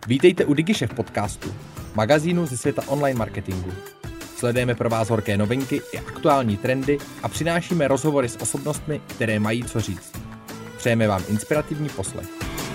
Vítejte u DigiShef podcastu, magazínu ze světa online marketingu. Sledujeme pro vás horké novinky i aktuální trendy a přinášíme rozhovory s osobnostmi, které mají co říct. Přejeme vám inspirativní poslech.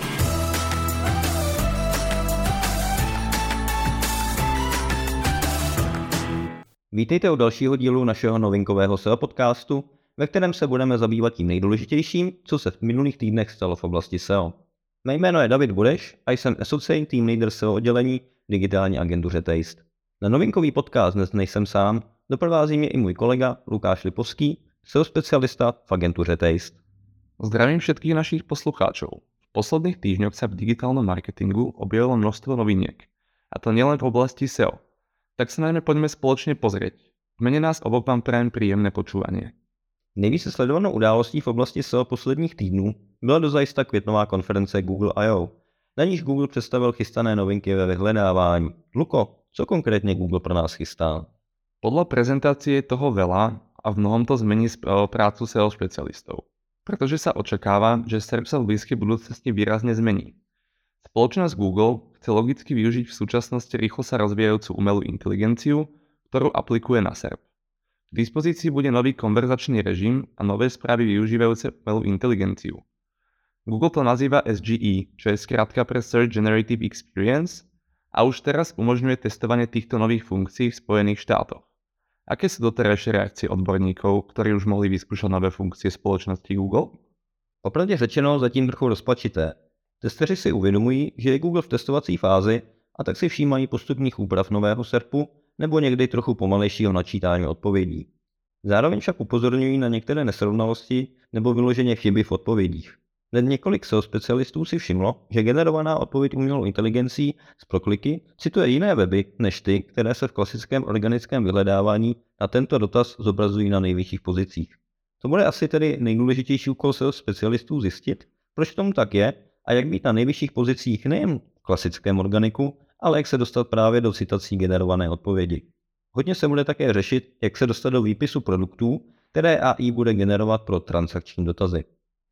Vítejte u dalšího dílu našeho novinkového SEO podcastu, ve kterém se budeme zabývat tím nejdůležitějším, co se v minulých týdnech stalo v oblasti SEO. Mé jméno je David Budeš a jsem Associate Team Leader SEO oddělení v digitální agentuře Taste. Na novinkový podcast dnes nejsem sám, doprovází mě i můj kolega Lukáš Lipovský, SEO specialista v agentuře Taste. Zdravím všetkých našich poslucháčov. V posledných týždňoch sa v digitálnom marketingu objavilo množstvo noviniek. A to nielen v oblasti SEO. Tak sa najmä poďme spoločne pozrieť. V mene nás oboch vám prajem príjemné počúvanie. Nejvíce sledovanou událostí v oblasti SEO posledních týdnů byla dozajista květnová konference Google I.O., na níž Google představil chystané novinky ve vyhledávání. Luko, co konkrétně Google pro nás chystá? Podľa prezentácie je toho veľa a v mnohom to zmení prácu SEO špecialistov. Pretože sa očakáva, že SERP sa v blízkej budúcnosti výrazne zmení. Spoločnosť Google chce logicky využiť v súčasnosti rýchlo sa rozvíjajúcu umelú inteligenciu, ktorú aplikuje na SERP. K dispozícii bude nový konverzačný režim a nové správy využívajúce umelú inteligenciu. Google to nazýva SGE, čo je skrátka pre Search Generative Experience, a už teraz umožňuje testovanie týchto nových funkcií v Spojených štátoch. Aké sú doterajšie reakcie odborníkov, ktorí už mohli vyskúšať nové funkcie spoločnosti Google? Popravdě řečeno zatím trochu rozpačité. Testeři si uvědomují, že je Google v testovací fázi a tak si všímají postupných úprav nového SERPu nebo někdy trochu pomalejšího načítání odpovědí. Zároveň však upozorňují na některé nesrovnalosti nebo vyloženě chyby v odpovědích. Hned několik SEO specialistů si všimlo, že generovaná odpověď umělou inteligencí z prokliky cituje jiné weby než ty, které se v klasickém organickém vyhledávání na tento dotaz zobrazují na nejvyšších pozicích. To bude asi tedy nejdůležitější úkol SEO specialistů zjistit, proč tomu tak je a jak být na nejvyšších pozicích nejen v klasickém organiku, ale jak se dostat právě do citací generované odpovědi. Hodně se bude také řešit, jak se dostat do výpisu produktů, které AI bude generovat pro transakční dotazy.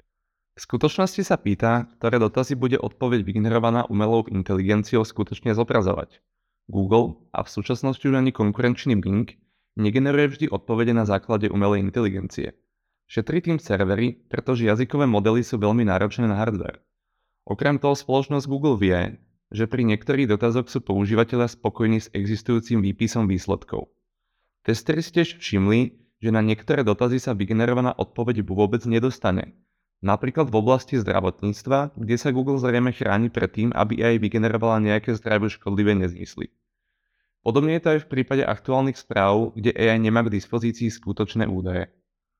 V skutočnosti sa pýta, ktoré dotazy bude odpoveď vygenerovaná umelou inteligenciou skutočne zobrazovať. Google a v súčasnosti už ani konkurenčný Bing negeneruje vždy odpovede na základe umelej inteligencie. Šetrí tým servery, pretože jazykové modely sú veľmi náročné na hardware. Okrem toho spoločnosť Google vie, že pri niektorých dotazoch sú používatelia spokojní s existujúcim výpisom výsledkov. Testeri si tiež všimli, že na niektoré dotazy sa vygenerovaná odpoveď vôbec nedostane. Napríklad v oblasti zdravotníctva, kde sa Google zrejme chráni pred tým, aby AI vygenerovala nejaké zdraviu škodlivé nezmysly. Podobne je to aj v prípade aktuálnych správ, kde AI nemá k dispozícii skutočné údaje.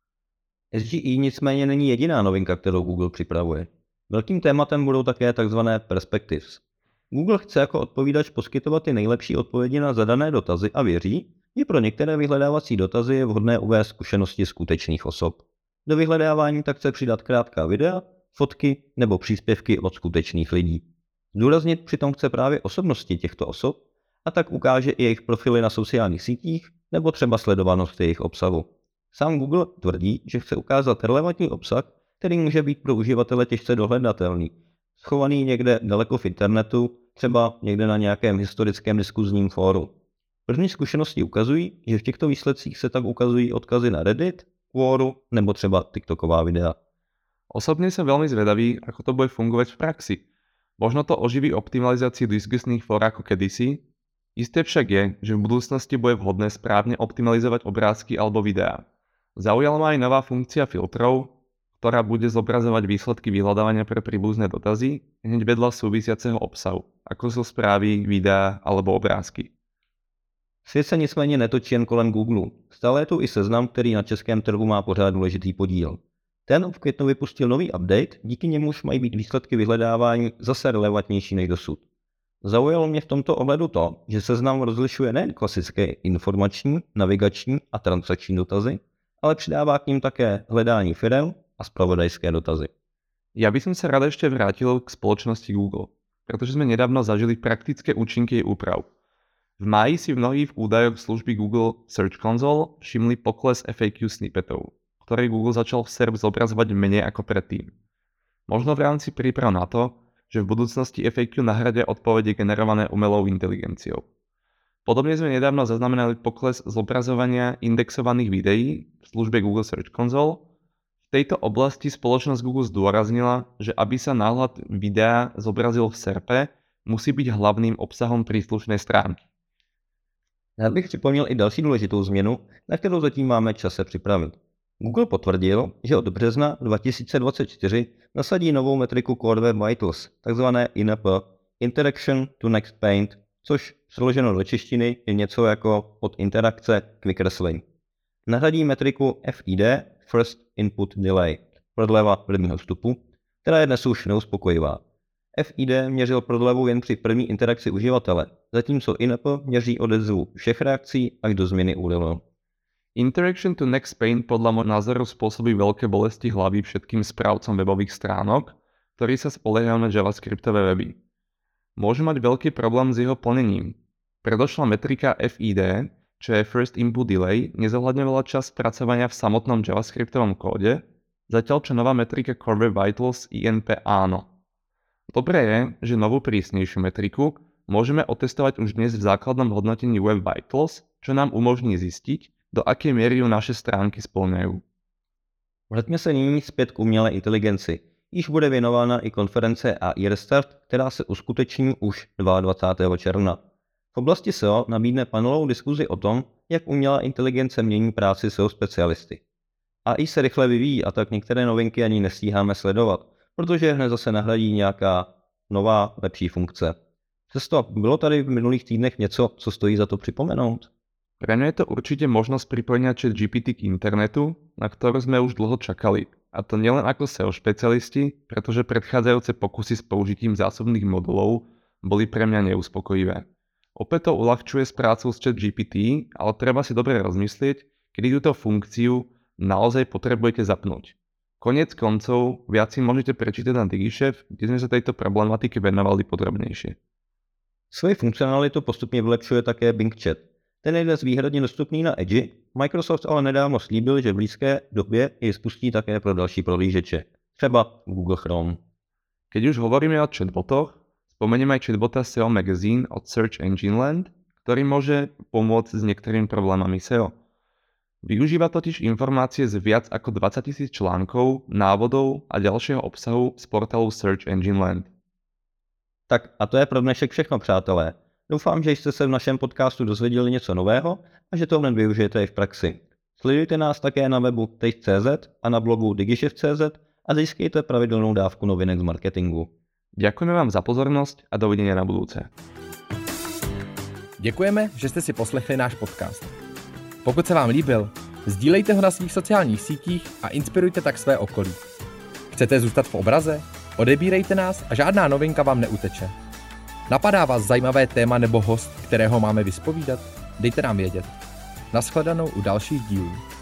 SGE nicméně není jediná novinka, kterou Google připravuje. Velkým tématem budou také tzv. Perspectives. Google chce jako odpovídač poskytovat ty nejlepší odpovědi na zadané dotazy a věří, že pro některé vyhledávací dotazy je vhodné uvést zkušenosti skutečných osob. Do vyhledávání tak chce přidat krátká videa, fotky nebo příspěvky od skutečných lidí. Zdůraznit přitom chce právě osobnosti těchto osob a tak ukáže i jejich profily na sociálních sítích nebo třeba sledovanost jejich obsahu. Sám Google tvrdí, že chce ukázat relevantní obsah, který může být pro uživatele těžce dohledatelný, schovaný někde daleko v internetu, třeba někde na nějakém historickém diskuzním fóru. První zkušenosti ukazují, že v těchto výsledcích se tak ukazují odkazy na Reddit, Quoru nebo třeba TikToková videa. Osobne som veľmi zvedavý, ako to bude fungovať v praxi. Možno to oživí optimalizáciu diskusných fór ako kedysi. Isté však je, že v budúcnosti bude vhodné správne optimalizovať obrázky alebo videá. Zaujala ma aj nová funkcia filtrov, ktorá bude zobrazovať výsledky vyhľadávania pre príbuzné dotazy hneď vedľa súvisiaceho obsahu, ako sú správy, videá alebo obrázky. Svět se nicméně netočí jen kolem Google. Stále je tu i Seznam, který na českém trhu má pořád důležitý podíl. Ten v květnu vypustil nový update, díky němuž mají být výsledky vyhledávání zase relevantnější než dosud. Zaujalo mě v tomto ohledu to, že Seznam rozlišuje nejen klasické informační, navigační a transakční dotazy, ale přidává k ním také hledání firem a zpravodajské dotazy. Ja by som sa rád ešte vrátil k spoločnosti Google, pretože sme nedávno zažili praktické účinky jej úprav. V máji si mnohí v údajoch služby Google Search Console všimli pokles FAQ snippetov, ktoré Google začal v SERP zobrazovať menej ako predtým. Možno v rámci príprav na to, že v budúcnosti FAQ nahradia odpovede generované umelou inteligenciou. Podobne sme nedávno zaznamenali pokles zobrazovania indexovaných videí v službe Google Search Console. V tejto oblasti spoločnosť Google zdôraznila, že aby sa náhľad videa zobrazil v SERPe, musí byť hlavným obsahom príslušnej stránky. Já bych připomněl i další důležitou změnu, na kterou zatím máme čas se připravit. Google potvrdil, že od března 2024 nasadí novou metriku Core Web Vitals, takzvané INP, Interaction to Next Paint, což přeloženo do češtiny je něco jako od interakce k vykreslení. Nahradí metriku FID, First Input Delay, prodleva prvního vstupu, která je dnes už neuspokojivá. FID měřil prodlevu jen při první interakci uživatele, zatímco INP měří odezvu všech reakcí až do změny URL. Interaction to Next Paint podľa môjho názoru spôsobí veľké bolesti hlavy všetkým správcom webových stránok, ktorí sa spoliehajú na javascriptové weby. Môže mať veľký problém s jeho plnením. Predošlá metrika FID, čo je First Input Delay, nezohľadňovala čas spracovania v samotnom javascriptovom kóde, zatiaľ čo nová metrika Core Web Vitals INP áno. Dobré je, že novú prísnejšiu metriku môžeme otestovať už dnes v základnom hodnotení Web Vitals, čo nám umožní zistiť, do aké miery ju naše stránky spĺňajú. Vraťme se nyní zpět k umělé inteligenci. Již bude věnována i konference AI Restart, která se uskuteční už 22. června. V oblasti SEO nabídne panelovou diskuzi o tom, jak umělá inteligence mění práci SEO specialisty. AI se rychle vyvíjí a tak některé novinky ani nestíháme sledovat, protože hned zase nahradí nějaká nová, lepší funkce. Přesto bylo tady v minulých týdnech něco, co stojí za to připomenout? Pre mňa je to určite možnosť pripojenia ChatGPT k internetu, na ktorú sme už dlho čakali. A to nielen ako SEO špecialisti, pretože predchádzajúce pokusy s použitím zásobných modulov boli pre mňa neuspokojivé. Opäť to uľahčuje s prácou s ChatGPT, ale treba si dobre rozmyslieť, kedy túto funkciu naozaj potrebujete zapnúť. Koniec koncov, viac si môžete prečítať na DigiChef, kde sme sa tejto problematike venovali podrobnejšie. Svoji funkcionalitu postupně vylepšuje také Bing Chat. Ten je dnes výhradně dostupný na Edge, Microsoft ale nedávno slíbil, že v blízké době jej spustí také pro další prohlížeče, třeba Google Chrome. Keď už hovoríme o chatbotoch, spomeniem aj chatbota SEO Magazine od Search Engine Land, ktorý môže pomôcť s niektorými problémami SEO. Využíva totiž informácie z viac ako 20 000 článkov, návodov a ďalšieho obsahu z portálu Search Engine Land. Tak a to je pro dnešek všechno, přátelé. Doufám, že jste se v našem podcastu dozvěděli něco nového a že to hned využijete i v praxi. Sledujte nás také na webu tech.cz a na blogu digichef.cz a získejte pravidelnou dávku novinek z marketingu. Ďakujeme vám za pozornosť a dovidenia na budúce. Děkujeme, že jste si poslechli náš podcast. Pokud se vám líbil, sdílejte ho na svých sociálních sítích a inspirujte tak své okolí. Chcete zůstat v obraze? Odebírejte nás a žádná novinka vám neuteče. Napadá vás zajímavé téma nebo host, kterého máme vyspovídat? Dejte nám vědět. Nashledanou u dalších dílů.